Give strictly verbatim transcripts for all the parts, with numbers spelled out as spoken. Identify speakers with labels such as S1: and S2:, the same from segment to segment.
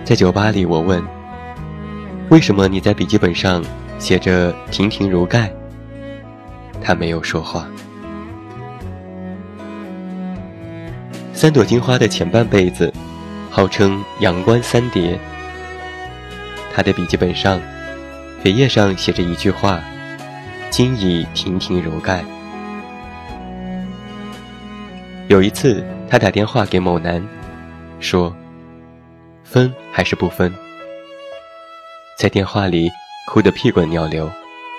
S1: 在酒吧里，我问，为什么你在笔记本上写着亭亭如盖？他没有说话。三朵金花的前半辈子号称阳关三叠，他的笔记本上扉页上写着一句话，今已亭亭如盖。有一次他打电话给某男说，分还是不分？在电话里哭得屁滚尿流。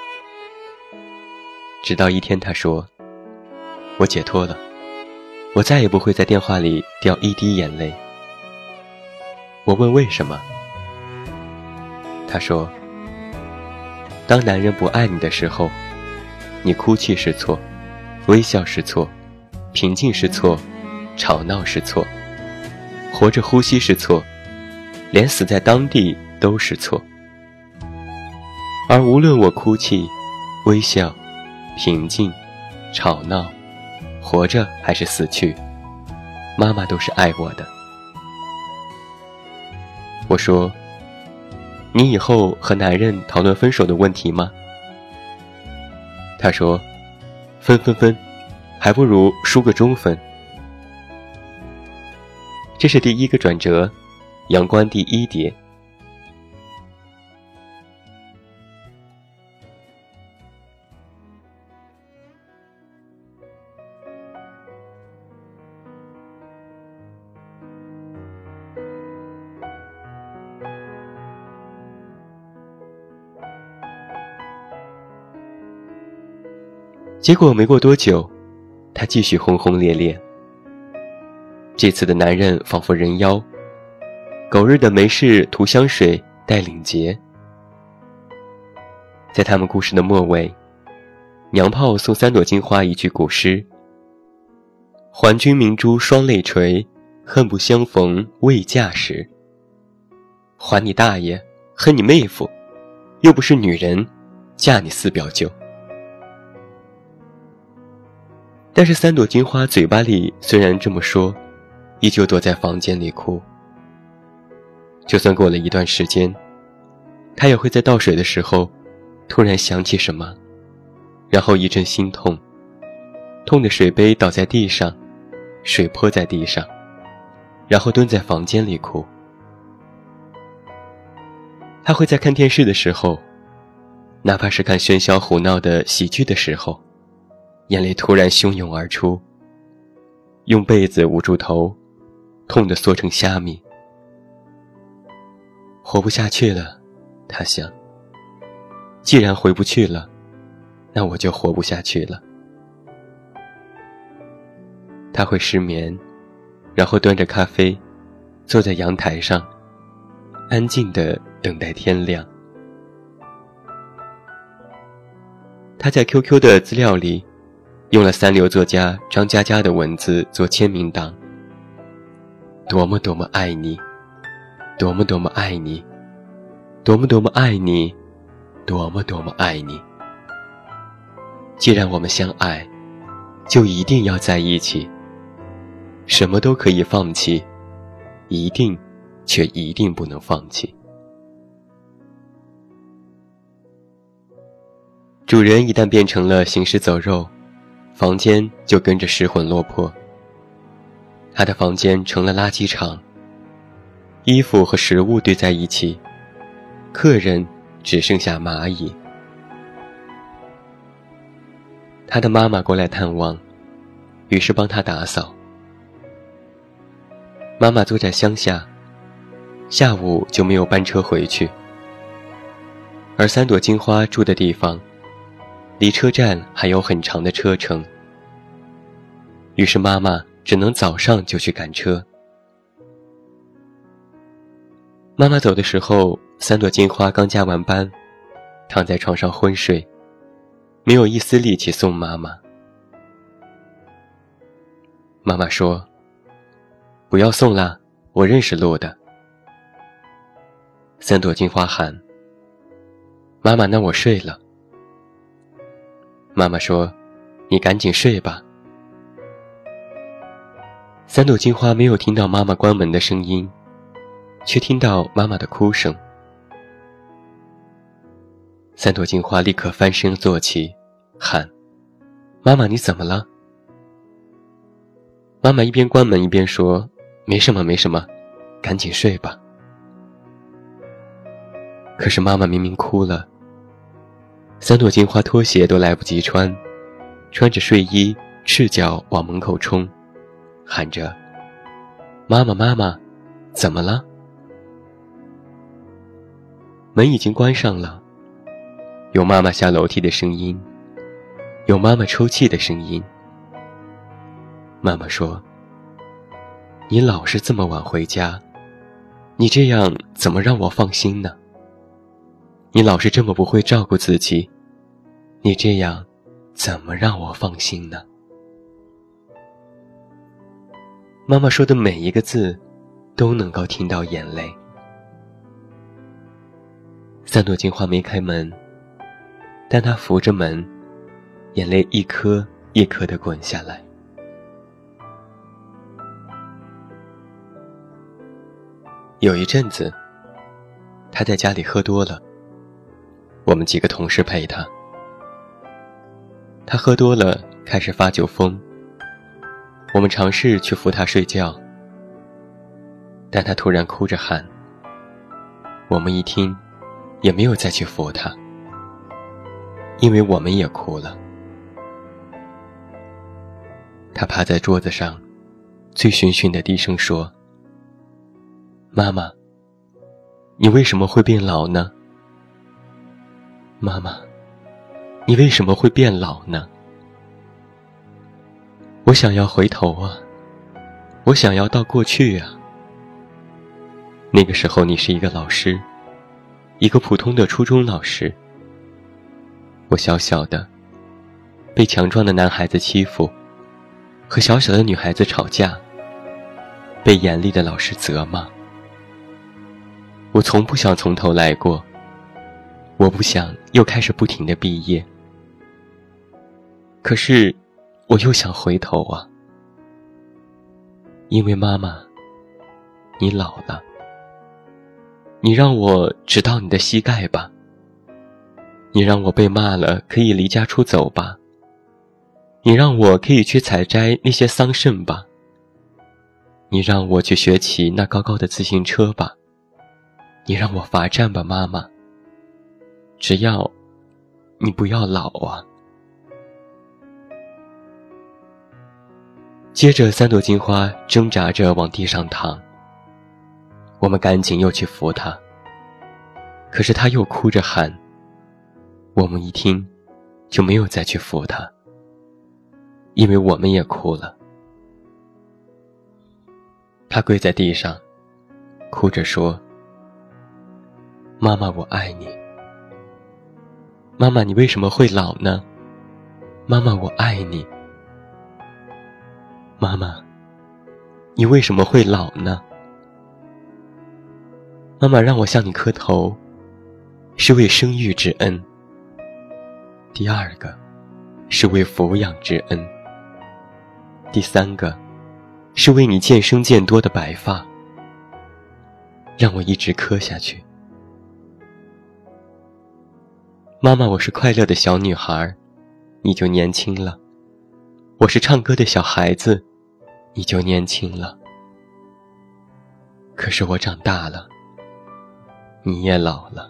S1: 直到一天他说，我解脱了，我再也不会在电话里掉一滴眼泪。我问为什么？他说，当男人不爱你的时候，你哭泣是错，微笑是错，平静是错，吵闹是错，活着呼吸是错，连死在当地都是错。而无论我哭泣、微笑、平静、吵闹，活着还是死去，妈妈都是爱我的。我说，你以后和男人讨论分手的问题吗？他说，分分分，还不如输个中分。这是第一个转折，阳关第一叠。结果没过多久，他继续轰轰烈烈。这次的男人仿佛人妖，狗日的没事涂香水戴领结。在他们故事的末尾，娘炮送三朵金花一句古诗，还君明珠双泪垂，恨不相逢未嫁时。还你大爷，恨你妹夫，又不是女人，嫁你四表舅。但是三朵金花嘴巴里虽然这么说，依旧躲在房间里哭。就算过了一段时间，她也会在倒水的时候突然想起什么，然后一阵心痛，痛的水杯倒在地上，水泼在地上，然后蹲在房间里哭。她会在看电视的时候，哪怕是看喧嚣胡闹的喜剧的时候，眼泪突然汹涌而出，用被子捂住头，痛得缩成虾米。活不下去了，他想，既然回不去了，那我就活不下去了。他会失眠，然后端着咖啡坐在阳台上，安静地等待天亮。他在 Q Q 的资料里用了三流作家张嘉佳的文字做签名档，多么多么爱你，多么多么爱你，多么多么爱你，多么多么爱你。既然我们相爱，就一定要在一起，什么都可以放弃，一定却一定不能放弃。主人一旦变成了行尸走肉，房间就跟着失魂落魄。他的房间成了垃圾场，衣服和食物堆在一起，客人只剩下蚂蚁。他的妈妈过来探望，于是帮他打扫。妈妈住在乡下，下午就没有班车回去，而三朵金花住的地方离车站还有很长的车程，于是妈妈只能早上就去赶车。妈妈走的时候，三朵金花刚加完班，躺在床上昏睡，没有一丝力气送妈妈。妈妈说，不要送啦，我认识路的。三朵金花喊，妈妈，那我睡了。妈妈说，你赶紧睡吧。三朵金花没有听到妈妈关门的声音， 却听到妈妈的哭声。三朵金花立刻翻身坐起，喊：妈妈，你怎么了？妈妈一边关门一边说：没什么没什么，赶紧睡吧。可是妈妈明明哭了，三朵金花拖鞋都来不及穿，穿着睡衣赤脚往门口冲，喊着：妈妈妈妈，怎么了？门已经关上了，有妈妈下楼梯的声音，有妈妈抽泣的声音。妈妈说：你老是这么晚回家，你这样怎么让我放心呢？你老是这么不会照顾自己，你这样怎么让我放心呢？妈妈说的每一个字都能够听到眼泪。三朵金花没开门，但她扶着门，眼泪一颗一颗地滚下来。有一阵子，她在家里喝多了，我们几个同事陪她。她喝多了，开始发酒疯。我们尝试去扶她睡觉，但她突然哭着喊。我们一听，也没有再去扶她，因为我们也哭了。她趴在桌子上，醉醺醺地低声说：妈妈，你为什么会变老呢？妈妈，你为什么会变老呢？我想要回头啊，我想要到过去啊。那个时候你是一个老师，一个普通的初中老师。我小小的，被强壮的男孩子欺负，和小小的女孩子吵架，被严厉的老师责骂。我从不想从头来过，我不想又开始不停地毕业。可是我又想回头啊，因为妈妈，你老了，你让我直到你的膝盖吧，你让我被骂了可以离家出走吧，你让我可以去采摘那些桑葚吧，你让我去学骑那高高的自行车吧，你让我罚站吧，妈妈，只要你不要老啊。接着三朵金花挣扎着往地上躺，我们赶紧又去扶她，可是她又哭着喊。我们一听就没有再去扶她，因为我们也哭了。她跪在地上哭着说：妈妈，我爱你。妈妈，你为什么会老呢？妈妈，我爱你。妈妈，你为什么会老呢？妈妈让我向你磕头，是为生育之恩。第二个，是为抚养之恩。第三个，是为你渐生渐多的白发。让我一直磕下去。妈妈，我是快乐的小女孩，你就年轻了。我是唱歌的小孩子，你就年轻了。可是我长大了，你也老了。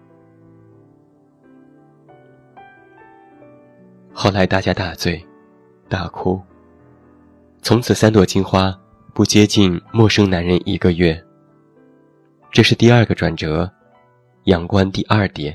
S1: 后来大家大醉大哭，从此三朵金花不接近陌生男人一个月。这是第二个转折，阳关第二点。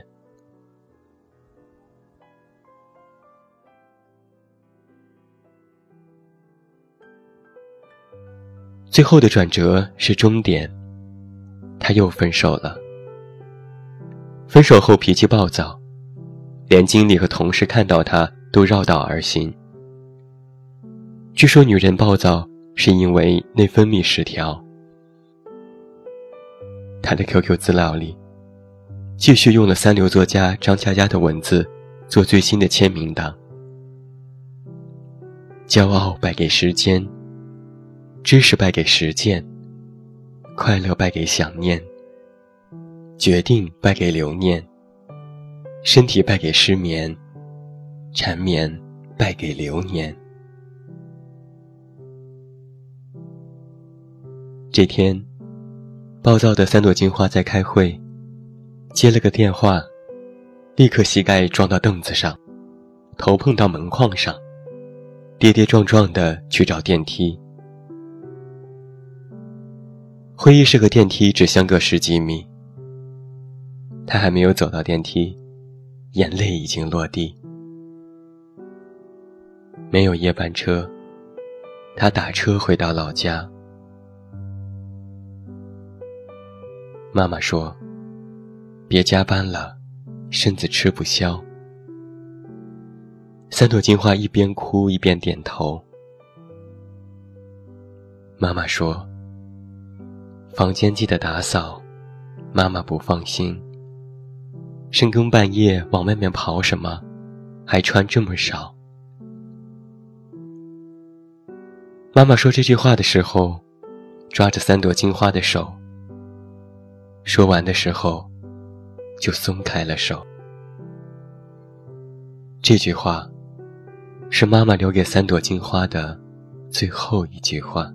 S1: 最后的转折是终点，他又分手了。分手后脾气暴躁，连经理和同事看到他都绕道而行。据说女人暴躁是因为内分泌失调。他的 Q Q 资料里继续用了三流作家张嘉佳的文字做最新的签名档。骄傲败给时间，知识败给实践， 快乐败给想念，决定败给留念，身体败给失眠，缠绵败给流年。这天，暴躁的三朵金花在开会，接了个电话，立刻膝盖撞到凳子上，头碰到门框上，跌跌撞撞地去找电梯。会议室和电梯只相隔十几米，他还没有走到电梯，眼泪已经落地。没有夜班车，他打车回到老家。妈妈说，别加班了，身子吃不消。三朵金花一边哭一边点头。妈妈说，房间记得打扫，妈妈不放心。深更半夜往外面跑什么，还穿这么少。妈妈说这句话的时候，抓着三朵金花的手，说完的时候，就松开了手。这句话，是妈妈留给三朵金花的最后一句话。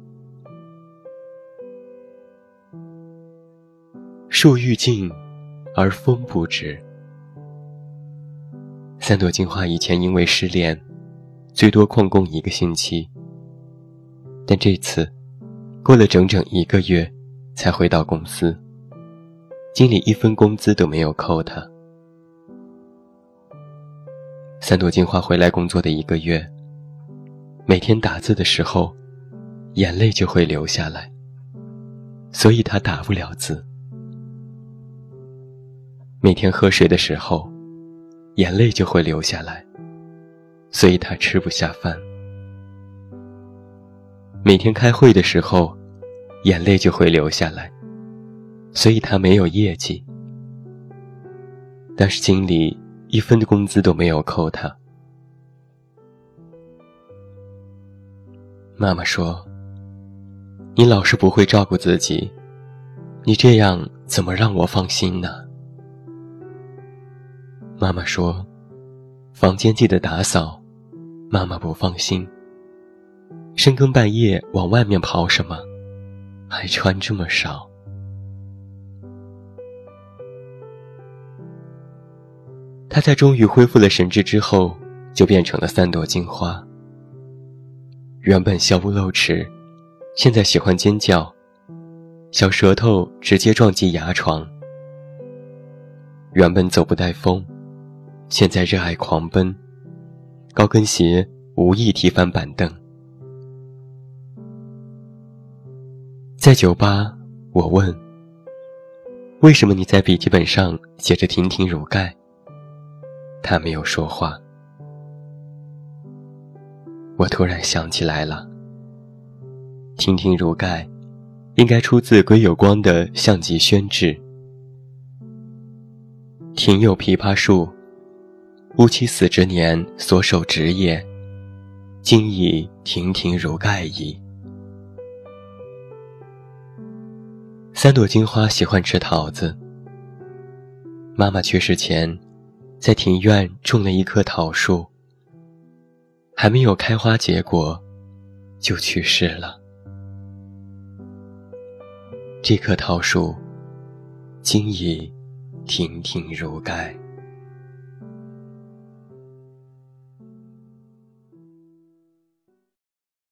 S1: 树欲静，而风不止。三朵金花以前因为失恋，最多旷工一个星期，但这次过了整整一个月才回到公司，经理一分工资都没有扣他。三朵金花回来工作的一个月，每天打字的时候，眼泪就会流下来，所以他打不了字。每天喝水的时候，眼泪就会流下来，所以他吃不下饭。每天开会的时候，眼泪就会流下来，所以他没有业绩。但是经理一分的工资都没有扣他。妈妈说，你老是不会照顾自己，你这样怎么让我放心呢？妈妈说，房间记得打扫，妈妈不放心。深更半夜往外面跑什么，还穿这么少。他在终于恢复了神智之后，就变成了三朵金花。原本笑不露齿，现在喜欢尖叫，小舌头直接撞击牙床。原本走不带风，现在热爱狂奔，高跟鞋无意踢翻板凳。在酒吧，我问，为什么你在笔记本上写着亭亭如盖？他没有说话。我突然想起来了，亭亭如盖应该出自归有光的项籍宣志。庭有枇杷树，吾妻死之年所手植也，今已亭亭如盖矣。三朵金花喜欢吃桃子。妈妈去世前，在庭院种了一棵桃树，还没有开花结果，就去世了。这棵桃树，今已亭亭如盖。